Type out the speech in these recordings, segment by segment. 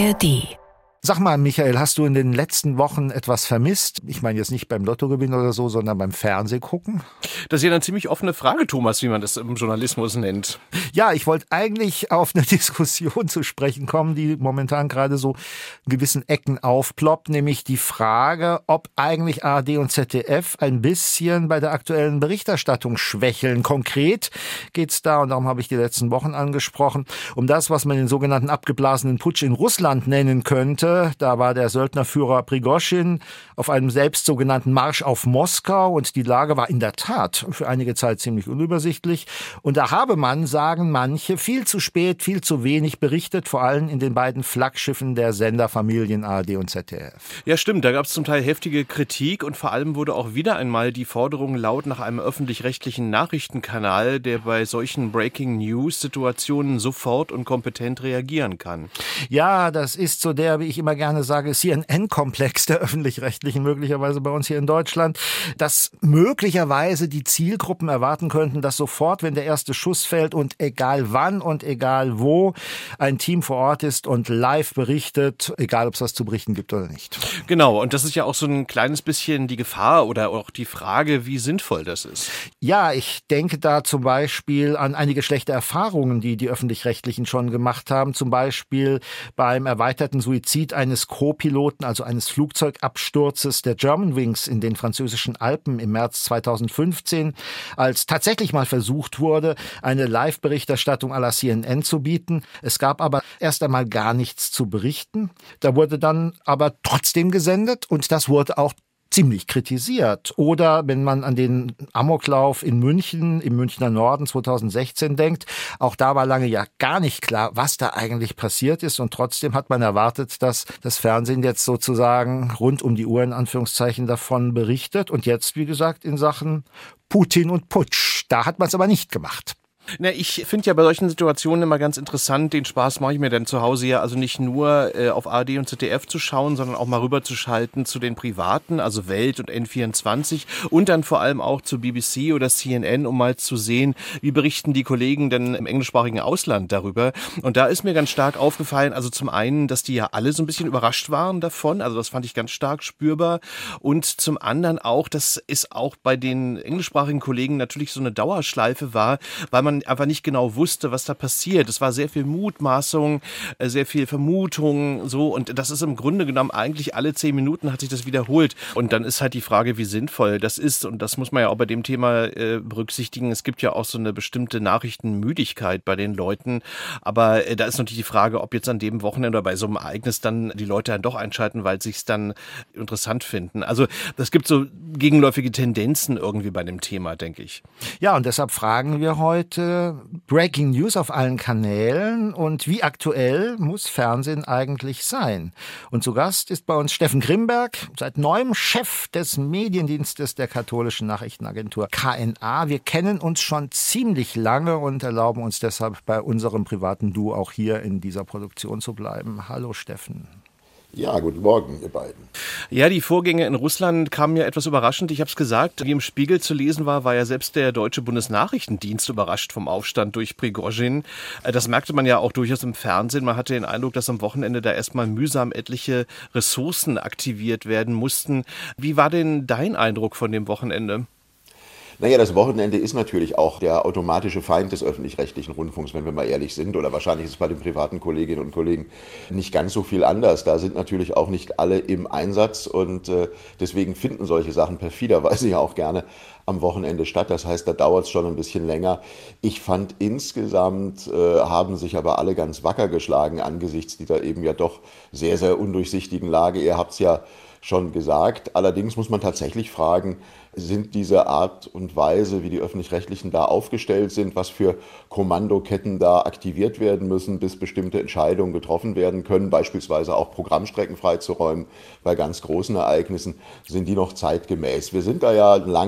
ARD. Sag mal, Michael, hast du in den letzten Wochen etwas vermisst? Ich meine jetzt nicht beim Lottogewinn oder so, sondern beim Fernsehgucken? Das ist ja eine ziemlich offene Frage, Thomas, wie man das im Journalismus nennt. Ja, ich wollte eigentlich auf eine Diskussion zu sprechen kommen, die momentan gerade so in gewissen Ecken aufploppt, nämlich die Frage, ob eigentlich ARD und ZDF ein bisschen bei der aktuellen Berichterstattung schwächeln. Konkret geht's da, und darum habe ich die letzten Wochen angesprochen, um das, was man den sogenannten abgeblasenen Putsch in Russland nennen könnte. Da war der Söldnerführer Prigoschin auf einem selbst sogenannten Marsch auf Moskau und die Lage war in der Tat für einige Zeit ziemlich unübersichtlich. Und da habe man, sagen manche, viel zu spät, viel zu wenig berichtet, vor allem in den beiden Flaggschiffen der Senderfamilien ARD und ZDF. Ja, stimmt, da gab es zum Teil heftige Kritik und vor allem wurde auch wieder einmal die Forderung laut nach einem öffentlich-rechtlichen Nachrichtenkanal, der bei solchen Breaking-News-Situationen sofort und kompetent reagieren kann. Ja, das ist so der, wie ich immer gerne sage, CNN-Komplex der Öffentlich-Rechtlichen, möglicherweise bei uns hier in Deutschland, dass möglicherweise die Zielgruppen erwarten könnten, dass sofort, wenn der erste Schuss fällt und egal wann und egal wo, ein Team vor Ort ist und live berichtet, egal ob es was zu berichten gibt oder nicht. Genau, und das ist ja auch so ein kleines bisschen die Gefahr oder auch die Frage, wie sinnvoll das ist. Ja, ich denke da zum Beispiel an einige schlechte Erfahrungen, die die Öffentlich-Rechtlichen schon gemacht haben, zum Beispiel beim erweiterten Suizid eines Co-Piloten, also eines Flugzeugabsturzes der Germanwings in den französischen Alpen im März 2015, als tatsächlich mal versucht wurde, eine Live-Berichterstattung à la CNN zu bieten. Es gab aber erst einmal gar nichts zu berichten. Da wurde dann aber trotzdem gesendet und das wurde auch ziemlich kritisiert. Oder wenn man an den Amoklauf in München, im Münchner Norden 2016 denkt, auch da war lange ja gar nicht klar, was da eigentlich passiert ist und trotzdem hat man erwartet, dass das Fernsehen jetzt sozusagen rund um die Uhr in Anführungszeichen davon berichtet und jetzt, wie gesagt, in Sachen Putin und Putsch. Da hat man es aber nicht gemacht. Na, ich finde ja bei solchen Situationen immer ganz interessant, den Spaß mache ich mir dann zu Hause ja also nicht nur auf ARD und ZDF zu schauen, sondern auch mal rüberzuschalten zu den Privaten, also Welt und N24 und dann vor allem auch zu BBC oder CNN, um mal zu sehen, wie berichten die Kollegen denn im englischsprachigen Ausland darüber. Und da ist mir ganz stark aufgefallen, also zum einen, dass die ja alle so ein bisschen überrascht waren davon, also das fand ich ganz stark spürbar und zum anderen auch, dass es auch bei den englischsprachigen Kollegen natürlich so eine Dauerschleife war, weil man einfach nicht genau wusste, was da passiert. Es war sehr viel Mutmaßung, sehr viel Vermutung, so. Und das ist im Grunde genommen eigentlich alle 10 Minuten hat sich das wiederholt. Und dann ist halt die Frage, wie sinnvoll das ist. Und das muss man ja auch bei dem Thema berücksichtigen. Es gibt ja auch so eine bestimmte Nachrichtenmüdigkeit bei den Leuten. Aber da ist natürlich die Frage, ob jetzt an dem Wochenende oder bei so einem Ereignis dann die Leute dann doch einschalten, weil sie es dann interessant finden. Also das gibt so gegenläufige Tendenzen irgendwie bei dem Thema, denke ich. Ja, und deshalb fragen wir heute, Breaking News auf allen Kanälen und wie aktuell muss Fernsehen eigentlich sein? Und zu Gast ist bei uns Steffen Grimberg, seit neuem Chef des Mediendienstes der katholischen Nachrichtenagentur KNA. Wir kennen uns schon ziemlich lange und erlauben uns deshalb bei unserem privaten Duo auch hier in dieser Produktion zu bleiben. Hallo Steffen. Ja, guten Morgen, ihr beiden. Ja, die Vorgänge in Russland kamen ja etwas überraschend. Ich habe es gesagt, wie im Spiegel zu lesen war ja selbst der deutsche Bundesnachrichtendienst überrascht vom Aufstand durch Prigoschin. Das merkte man ja auch durchaus im Fernsehen. Man hatte den Eindruck, dass am Wochenende da erstmal mühsam etliche Ressourcen aktiviert werden mussten. Wie war denn dein Eindruck von dem Wochenende? Naja, das Wochenende ist natürlich auch der automatische Feind des öffentlich-rechtlichen Rundfunks, wenn wir mal ehrlich sind. Oder wahrscheinlich ist es bei den privaten Kolleginnen und Kollegen nicht ganz so viel anders. Da sind natürlich auch nicht alle im Einsatz und deswegen finden solche Sachen perfiderweise ja auch gerne am Wochenende statt. Das heißt, da dauert es schon ein bisschen länger. Ich fand insgesamt haben sich aber alle ganz wacker geschlagen angesichts dieser eben ja doch sehr, sehr undurchsichtigen Lage. Ihr habt es ja schon gesagt. Allerdings muss man tatsächlich fragen, sind diese Art und Weise, wie die Öffentlich-Rechtlichen da aufgestellt sind, was für Kommandoketten da aktiviert werden müssen, bis bestimmte Entscheidungen getroffen werden können, beispielsweise auch Programmstrecken freizuräumen bei ganz großen Ereignissen, sind die noch zeitgemäß. Wir sind da ja einen langen Weg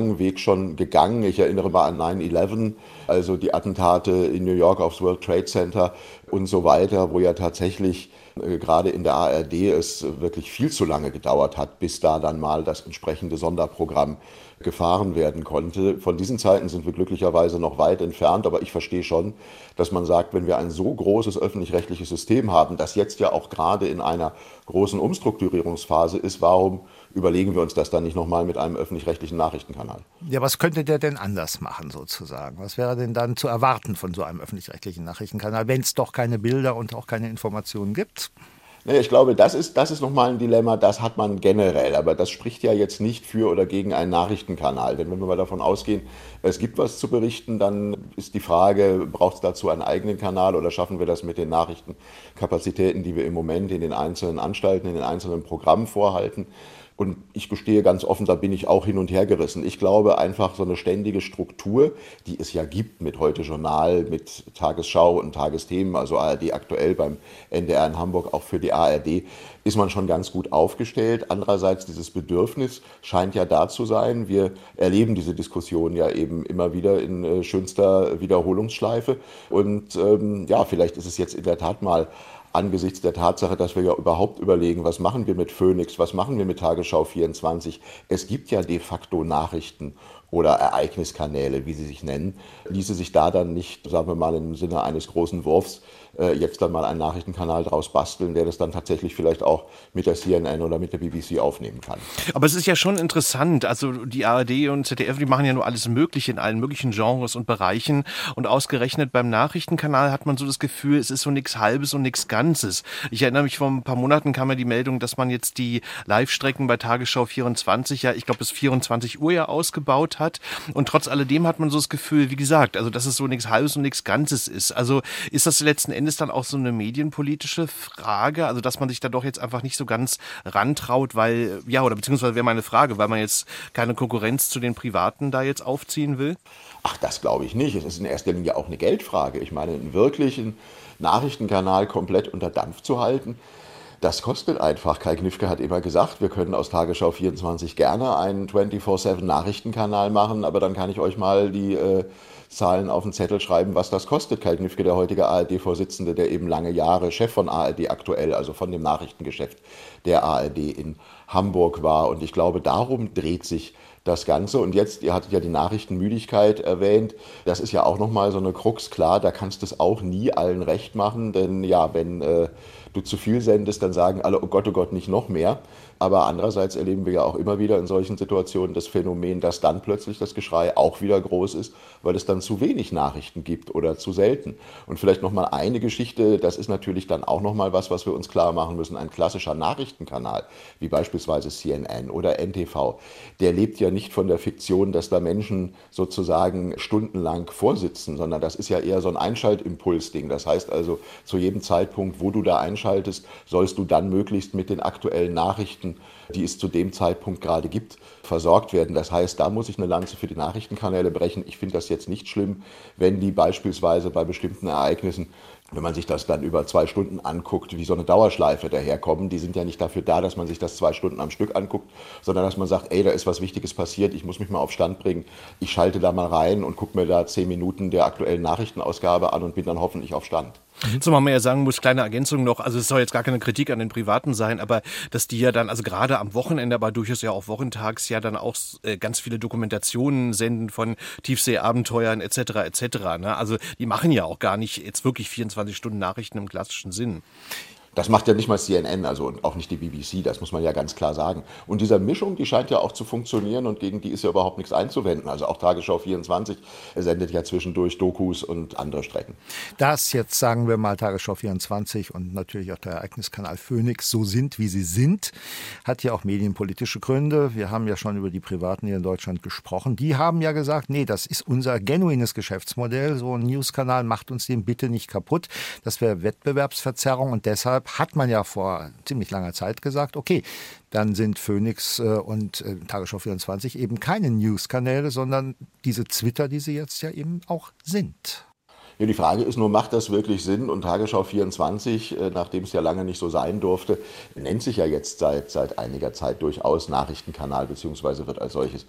schon gegangen. Ich erinnere mal an 9/11, also die Attentate in New York aufs World Trade Center und so weiter, wo ja tatsächlich gerade in der ARD es wirklich viel zu lange gedauert hat, bis da dann mal das entsprechende Sonderprogramm gefahren werden konnte. Von diesen Zeiten sind wir glücklicherweise noch weit entfernt, aber ich verstehe schon, dass man sagt, wenn wir ein so großes öffentlich-rechtliches System haben, das jetzt ja auch gerade in einer großen Umstrukturierungsphase ist, warum überlegen wir uns das dann nicht nochmal mit einem öffentlich-rechtlichen Nachrichtenkanal? Ja, was könnte der denn anders machen sozusagen? Was wäre denn dann zu erwarten von so einem öffentlich-rechtlichen Nachrichtenkanal, wenn es doch keine Bilder und auch keine Informationen gibt? Naja, ich glaube, das ist nochmal ein Dilemma, das hat man generell, aber das spricht ja jetzt nicht für oder gegen einen Nachrichtenkanal. Denn wenn wir mal davon ausgehen, es gibt was zu berichten, dann ist die Frage, braucht es dazu einen eigenen Kanal oder schaffen wir das mit den Nachrichtenkapazitäten, die wir im Moment in den einzelnen Anstalten, in den einzelnen Programmen vorhalten? Und ich gestehe ganz offen, da bin ich auch hin und her gerissen. Ich glaube einfach so eine ständige Struktur, die es ja gibt mit Heute Journal, mit Tagesschau und Tagesthemen, also ARD aktuell beim NDR in Hamburg, auch für die ARD, ist man schon ganz gut aufgestellt. Andererseits dieses Bedürfnis scheint ja da zu sein. Wir erleben diese Diskussion ja eben immer wieder in schönster Wiederholungsschleife. Und ja, vielleicht ist es jetzt in der Tat mal angesichts der Tatsache, dass wir ja überhaupt überlegen, was machen wir mit Phoenix, was machen wir mit Tagesschau 24. Es gibt ja de facto Nachrichten oder Ereigniskanäle, wie sie sich nennen. Ließe sich da dann nicht, sagen wir mal im Sinne eines großen Wurfs, jetzt dann mal einen Nachrichtenkanal draus basteln, der das dann tatsächlich vielleicht auch mit der CNN oder mit der BBC aufnehmen kann. Aber es ist ja schon interessant, also die ARD und ZDF, die machen ja nur alles Mögliche in allen möglichen Genres und Bereichen und ausgerechnet beim Nachrichtenkanal hat man so das Gefühl, es ist so nichts Halbes und nichts Ganzes. Ich erinnere mich, vor ein paar Monaten kam ja die Meldung, dass man jetzt die Live-Strecken bei Tagesschau 24 ja, ich glaube bis 24 Uhr ja ausgebaut hat und trotz alledem hat man so das Gefühl, wie gesagt, also dass es so nichts Halbes und nichts Ganzes ist. Also ist das letzten Endes dann auch so eine medienpolitische Frage, also dass man sich da doch jetzt einfach nicht so ganz rantraut, weil, ja, oder beziehungsweise wäre meine Frage, weil man jetzt keine Konkurrenz zu den Privaten da jetzt aufziehen will? Ach, das glaube ich nicht. Es ist in erster Linie auch eine Geldfrage. Ich meine, einen wirklichen Nachrichtenkanal komplett unter Dampf zu halten, das kostet einfach. Kai Gniffke hat immer gesagt, wir können aus Tagesschau 24 gerne einen 24/7 Nachrichtenkanal machen, aber dann kann ich euch mal die Zahlen auf den Zettel schreiben, was das kostet. Kai Gniffke, der heutige ARD-Vorsitzende, der eben lange Jahre Chef von ARD aktuell, also von dem Nachrichtengeschäft der ARD in Hamburg war. Und ich glaube, darum dreht sich das Ganze. Und jetzt, ihr hattet ja die Nachrichtenmüdigkeit erwähnt, das ist ja auch nochmal so eine Krux. Klar, da kannst du es auch nie allen recht machen, denn ja, wenn du zu viel sendest, dann sagen alle, oh Gott, nicht noch mehr. Aber andererseits erleben wir ja auch immer wieder in solchen Situationen das Phänomen, dass dann plötzlich das Geschrei auch wieder groß ist, weil es dann zu wenig Nachrichten gibt oder zu selten. Und vielleicht nochmal eine Geschichte, das ist natürlich dann auch nochmal was wir uns klar machen müssen. Ein klassischer Nachrichtenkanal, wie beispielsweise CNN oder NTV, der lebt ja nicht von der Fiktion, dass da Menschen sozusagen stundenlang vorsitzen, sondern das ist ja eher so ein Einschaltimpuls-Ding. Das heißt also, zu jedem Zeitpunkt, wo du da einschaltest, sollst du dann möglichst mit den aktuellen Nachrichten, die es zu dem Zeitpunkt gerade gibt, versorgt werden. Das heißt, da muss ich eine Lanze für die Nachrichtenkanäle brechen. Ich finde das jetzt nicht schlimm, wenn die beispielsweise bei bestimmten Ereignissen, wenn man sich das dann über 2 Stunden anguckt, wie so eine Dauerschleife daherkommen. Die sind ja nicht dafür da, dass man sich das 2 Stunden am Stück anguckt, sondern dass man sagt, ey, da ist was Wichtiges passiert, ich muss mich mal auf Stand bringen. Ich schalte da mal rein und gucke mir da 10 Minuten der aktuellen Nachrichtenausgabe an und bin dann hoffentlich auf Stand. Zumal man ja sagen muss, kleine Ergänzung noch, also es soll jetzt gar keine Kritik an den Privaten sein, aber dass die ja dann, also gerade am Wochenende, aber durchaus ja auch wochentags ja dann auch ganz viele Dokumentationen senden von Tiefseeabenteuern etc. Ne? Also die machen ja auch gar nicht jetzt wirklich 24 Stunden Nachrichten im klassischen Sinn. Das macht ja nicht mal CNN, also und auch nicht die BBC, das muss man ja ganz klar sagen. Und diese Mischung, die scheint ja auch zu funktionieren und gegen die ist ja überhaupt nichts einzuwenden. Also auch Tagesschau 24 sendet ja zwischendurch Dokus und andere Strecken. Dass jetzt, sagen wir mal, Tagesschau 24 und natürlich auch der Ereigniskanal Phoenix so sind, wie sie sind, hat ja auch medienpolitische Gründe. Wir haben ja schon über die Privaten hier in Deutschland gesprochen. Die haben ja gesagt, nee, das ist unser genuines Geschäftsmodell. So ein Newskanal macht uns den bitte nicht kaputt. Das wäre Wettbewerbsverzerrung und deshalb hat man ja vor ziemlich langer Zeit gesagt, okay, dann sind Phoenix und Tagesschau 24 eben keine News-Kanäle, sondern diese Twitter, die sie jetzt ja eben auch sind. Ja, die Frage ist nur, macht das wirklich Sinn? Und Tagesschau 24, nachdem es ja lange nicht so sein durfte, nennt sich ja jetzt seit einiger Zeit durchaus Nachrichtenkanal, beziehungsweise wird als solches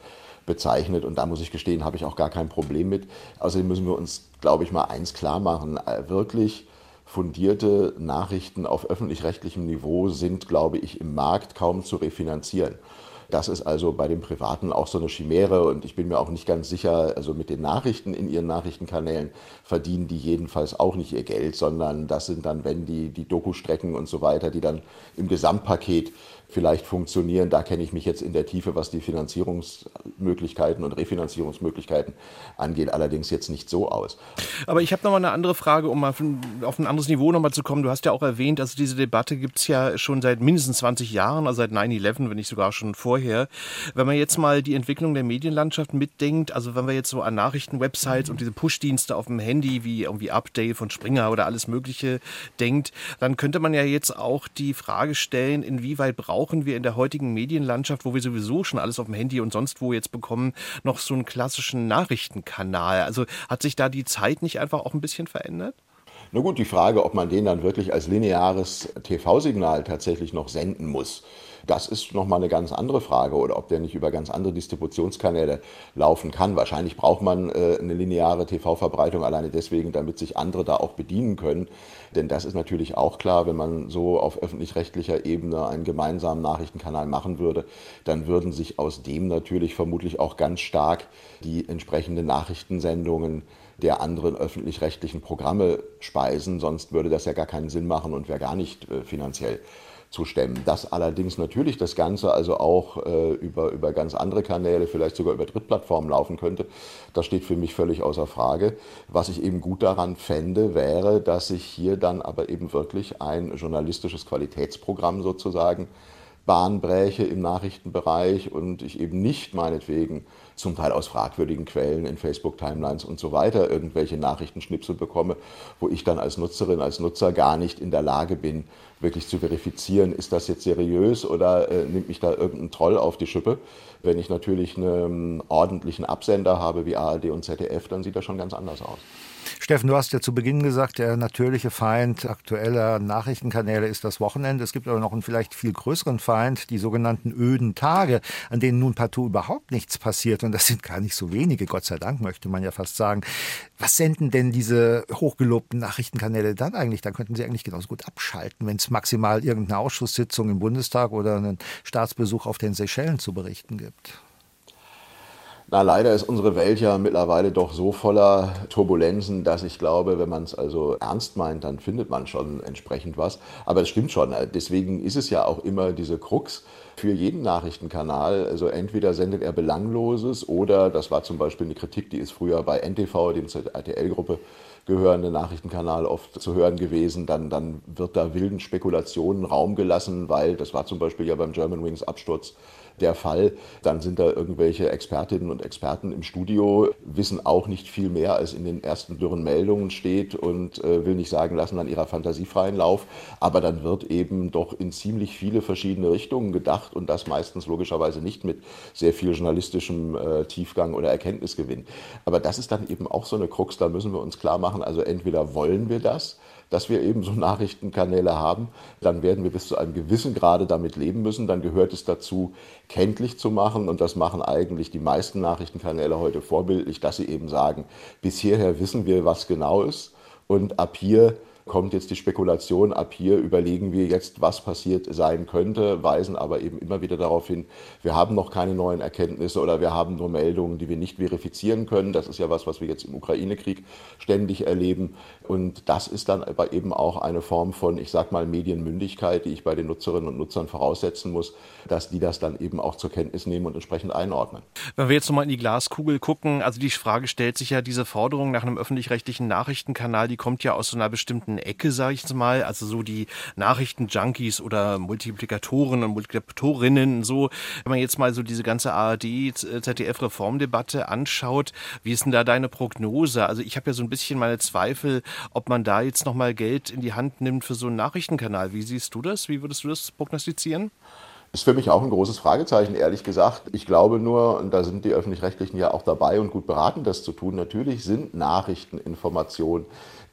bezeichnet. Und da muss ich gestehen, habe ich auch gar kein Problem mit. Außerdem müssen wir uns, glaube ich, mal eins klar machen. Wirklich fundierte Nachrichten auf öffentlich-rechtlichem Niveau sind, glaube ich, im Markt kaum zu refinanzieren. Das ist also bei den Privaten auch so eine Chimäre und ich bin mir auch nicht ganz sicher, also mit den Nachrichten in ihren Nachrichtenkanälen verdienen die jedenfalls auch nicht ihr Geld, sondern das sind dann, wenn die Dokustrecken und so weiter, die dann im Gesamtpaket vielleicht funktionieren. Da kenne ich mich jetzt in der Tiefe, was die Finanzierungsmöglichkeiten und Refinanzierungsmöglichkeiten angeht, allerdings jetzt nicht so aus. Aber ich habe noch mal eine andere Frage, um mal auf ein anderes Niveau noch mal zu kommen. Du hast ja auch erwähnt, also diese Debatte gibt es ja schon seit mindestens 20 Jahren, also seit 9/11, wenn nicht sogar schon vorher. Wenn man jetzt mal die Entwicklung der Medienlandschaft mitdenkt, also wenn wir jetzt so an Nachrichtenwebsites und diese Push-Dienste auf dem Handy, wie irgendwie Update von Springer oder alles Mögliche denkt, dann könnte man ja jetzt auch die Frage stellen, inwieweit brauchen wir in der heutigen Medienlandschaft, wo wir sowieso schon alles auf dem Handy und sonst wo jetzt bekommen, noch so einen klassischen Nachrichtenkanal? Also hat sich da die Zeit nicht einfach auch ein bisschen verändert? Na gut, die Frage, ob man den dann wirklich als lineares TV-Signal tatsächlich noch senden muss, das ist nochmal eine ganz andere Frage oder ob der nicht über ganz andere Distributionskanäle laufen kann. Wahrscheinlich braucht man eine lineare TV-Verbreitung alleine deswegen, damit sich andere da auch bedienen können. Denn das ist natürlich auch klar, wenn man so auf öffentlich-rechtlicher Ebene einen gemeinsamen Nachrichtenkanal machen würde, dann würden sich aus dem natürlich vermutlich auch ganz stark die entsprechenden Nachrichtensendungen der anderen öffentlich-rechtlichen Programme speisen. Sonst würde das ja gar keinen Sinn machen und wäre gar nicht finanziell zu stemmen. Dass allerdings natürlich das Ganze also auch über ganz andere Kanäle, vielleicht sogar über Drittplattformen laufen könnte, das steht für mich völlig außer Frage. Was ich eben gut daran fände, wäre, dass sich hier dann aber eben wirklich ein journalistisches Qualitätsprogramm sozusagen Bahn bräche im Nachrichtenbereich und ich eben nicht meinetwegen zum Teil aus fragwürdigen Quellen in Facebook-Timelines und so weiter irgendwelche Nachrichtenschnipsel bekomme, wo ich dann als Nutzerin, als Nutzer gar nicht in der Lage bin, wirklich zu verifizieren, ist das jetzt seriös oder nimmt mich da irgendein Troll auf die Schippe. Wenn ich natürlich einen ordentlichen Absender habe wie ARD und ZDF, dann sieht das schon ganz anders aus. Steffen, du hast ja zu Beginn gesagt, der natürliche Feind aktueller Nachrichtenkanäle ist das Wochenende. Es gibt aber noch einen vielleicht viel größeren Feind, die sogenannten öden Tage, an denen nun partout überhaupt nichts passiert. Und das sind gar nicht so wenige, Gott sei Dank, möchte man ja fast sagen. Was senden denn diese hochgelobten Nachrichtenkanäle dann eigentlich? Dann könnten sie eigentlich genauso gut abschalten, wenn es maximal irgendeine Ausschusssitzung im Bundestag oder einen Staatsbesuch auf den Seychellen zu berichten gibt. Na, leider ist unsere Welt ja mittlerweile doch so voller Turbulenzen, dass ich glaube, wenn man es also ernst meint, dann findet man schon entsprechend was. Aber es stimmt schon. Deswegen ist es ja auch immer diese Krux für jeden Nachrichtenkanal. Also entweder sendet er Belangloses oder, das war zum Beispiel eine Kritik, die ist früher bei NTV, dem zur RTL-Gruppe gehörende Nachrichtenkanal, oft zu hören gewesen, dann wird da wilden Spekulationen Raum gelassen, weil, das war zum Beispiel ja beim Germanwings Absturz der Fall, dann sind da irgendwelche Expertinnen und Experten im Studio, wissen auch nicht viel mehr, als in den ersten dürren Meldungen steht und will nicht sagen lassen, an ihrer fantasiefreien Lauf, aber dann wird eben doch in ziemlich viele verschiedene Richtungen gedacht und das meistens logischerweise nicht mit sehr viel journalistischem Tiefgang oder Erkenntnisgewinn. Aber das ist dann eben auch so eine Krux, da müssen wir uns klar machen, also entweder wollen wir das, dass wir eben so Nachrichtenkanäle haben, dann werden wir bis zu einem gewissen Grade damit leben müssen. Dann gehört es dazu, kenntlich zu machen und das machen eigentlich die meisten Nachrichtenkanäle heute vorbildlich, dass sie eben sagen, bis hierher wissen wir, was genau ist und ab hier kommt jetzt die Spekulation, ab hier überlegen wir jetzt, was passiert sein könnte, weisen aber eben immer wieder darauf hin, wir haben noch keine neuen Erkenntnisse oder wir haben nur Meldungen, die wir nicht verifizieren können. Das ist ja was wir jetzt im Ukraine-Krieg ständig erleben. Und das ist dann aber eben auch eine Form von, ich sag mal, Medienmündigkeit, die ich bei den Nutzerinnen und Nutzern voraussetzen muss, dass die das dann eben auch zur Kenntnis nehmen und entsprechend einordnen. Wenn wir jetzt nochmal in die Glaskugel gucken, also die Frage stellt sich ja, diese Forderung nach einem öffentlich-rechtlichen Nachrichtenkanal, die kommt ja aus so einer bestimmten Ecke, sage ich jetzt mal, also so die Nachrichtenjunkies oder Multiplikatoren und Multiplikatorinnen, so, wenn man jetzt mal so diese ganze ARD-ZDF-Reformdebatte anschaut, wie ist denn da deine Prognose? Also ich habe ja so ein bisschen meine Zweifel, ob man da jetzt nochmal Geld in die Hand nimmt für so einen Nachrichtenkanal. Wie siehst du das? Wie würdest du das prognostizieren? Ist für mich auch ein großes Fragezeichen, ehrlich gesagt. Ich glaube nur, und da sind die Öffentlich-Rechtlichen ja auch dabei und gut beraten, das zu tun, natürlich sind Nachrichteninformationen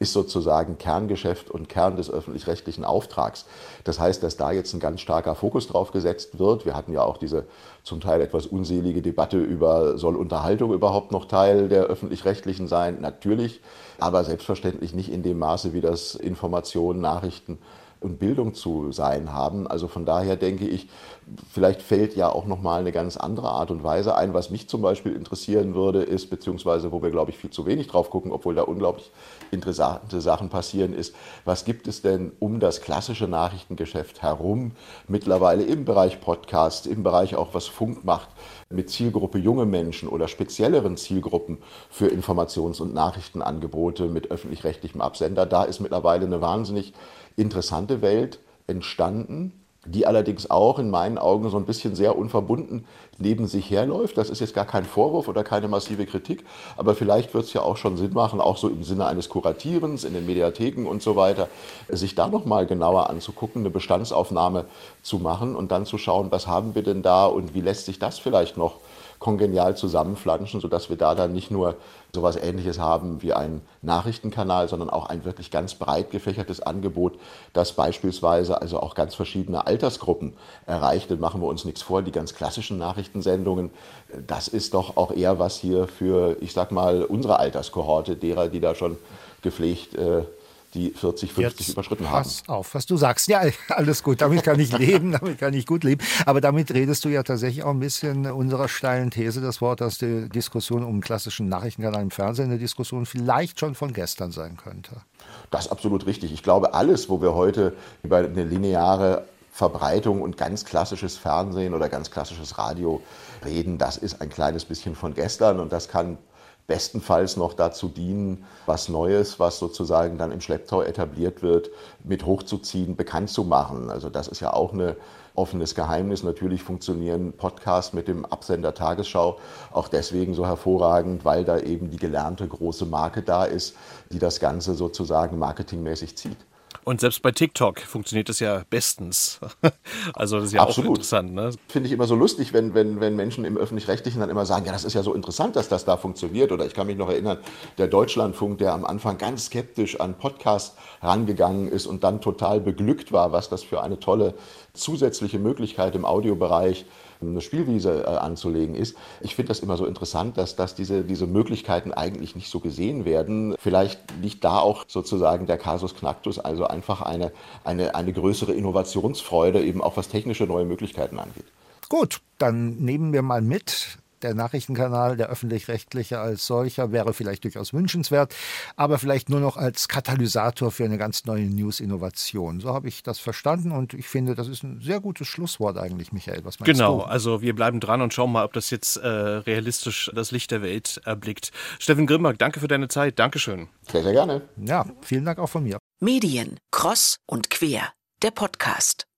ist sozusagen Kerngeschäft und Kern des öffentlich-rechtlichen Auftrags. Das heißt, dass da jetzt ein ganz starker Fokus drauf gesetzt wird. Wir hatten ja auch diese zum Teil etwas unselige Debatte über, soll Unterhaltung überhaupt noch Teil der öffentlich-rechtlichen sein? Natürlich, aber selbstverständlich nicht in dem Maße, wie das Informationen, Nachrichten und Bildung zu sein haben. Also von daher denke ich, vielleicht fällt ja auch nochmal eine ganz andere Art und Weise ein. Was mich zum Beispiel interessieren würde, ist, beziehungsweise wo wir, glaube ich, viel zu wenig drauf gucken, obwohl da unglaublich interessante Sachen passieren, ist, was gibt es denn um das klassische Nachrichtengeschäft herum mittlerweile im Bereich Podcast, im Bereich auch, was Funk macht, mit Zielgruppe junge Menschen oder spezielleren Zielgruppen für Informations- und Nachrichtenangebote mit öffentlich-rechtlichem Absender. Da ist mittlerweile eine wahnsinnig interessante Welt entstanden, die allerdings auch in meinen Augen so ein bisschen sehr unverbunden neben sich herläuft. Das ist jetzt gar kein Vorwurf oder keine massive Kritik, aber vielleicht wird es ja auch schon Sinn machen, auch so im Sinne eines Kuratierens in den Mediatheken und so weiter, sich da nochmal genauer anzugucken, eine Bestandsaufnahme zu machen und dann zu schauen, was haben wir denn da und wie lässt sich das vielleicht noch kongenial zusammenflanschen, sodass wir da dann nicht nur sowas Ähnliches haben wie einen Nachrichtenkanal, sondern auch ein wirklich ganz breit gefächertes Angebot, das beispielsweise also auch ganz verschiedene Altersgruppen erreicht. Dann machen wir uns nichts vor, die ganz klassischen Nachrichtensendungen, das ist doch auch eher was hier für, ich sag mal, unsere Alterskohorte, derer, die da schon gepflegt die 40, 50 überschritten haben. Pass auf, was du sagst. Ja, alles gut, damit kann ich leben, damit kann ich gut leben. Aber damit redest du ja tatsächlich auch ein bisschen unserer steilen These, das Wort, dass die Diskussion um einen klassischen Nachrichtenkanal im Fernsehen eine Diskussion vielleicht schon von gestern sein könnte. Das ist absolut richtig. Ich glaube, alles, wo wir heute über eine lineare Verbreitung und ganz klassisches Fernsehen oder ganz klassisches Radio reden, das ist ein kleines bisschen von gestern und das kann bestenfalls noch dazu dienen, was Neues, was sozusagen dann im Schlepptau etabliert wird, mit hochzuziehen, bekannt zu machen. Also das ist ja auch ein offenes Geheimnis. Natürlich funktionieren Podcasts mit dem Absender Tagesschau auch deswegen so hervorragend, weil da eben die gelernte große Marke da ist, die das Ganze sozusagen marketingmäßig zieht. Und selbst bei TikTok funktioniert das ja bestens. Also das ist ja Absolut. Auch interessant. Ne? Finde ich immer so lustig, wenn Menschen im Öffentlich-Rechtlichen dann immer sagen, ja, das ist ja so interessant, dass das da funktioniert. Oder ich kann mich noch erinnern, der Deutschlandfunk, der am Anfang ganz skeptisch an Podcasts rangegangen ist und dann total beglückt war, was das für eine tolle zusätzliche Möglichkeit im Audiobereich eine Spielwiese anzulegen ist. Ich finde das immer so interessant, dass diese Möglichkeiten eigentlich nicht so gesehen werden. Vielleicht liegt da auch sozusagen der Kasus Knacktus, also einfach eine größere Innovationsfreude, eben auch was technische neue Möglichkeiten angeht. Gut, dann nehmen wir mal mit. Der Nachrichtenkanal, der öffentlich-rechtliche als solcher, wäre vielleicht durchaus wünschenswert, aber vielleicht nur noch als Katalysator für eine ganz neue News-Innovation. So habe ich das verstanden und ich finde, das ist ein sehr gutes Schlusswort eigentlich, Michael. Was meinst du? Genau, also wir bleiben dran und schauen mal, ob das jetzt realistisch das Licht der Welt erblickt. Steffen Grimberg, danke für deine Zeit. Dankeschön. Sehr, sehr gerne. Ja, vielen Dank auch von mir. Medien, Cross und Quer, der Podcast.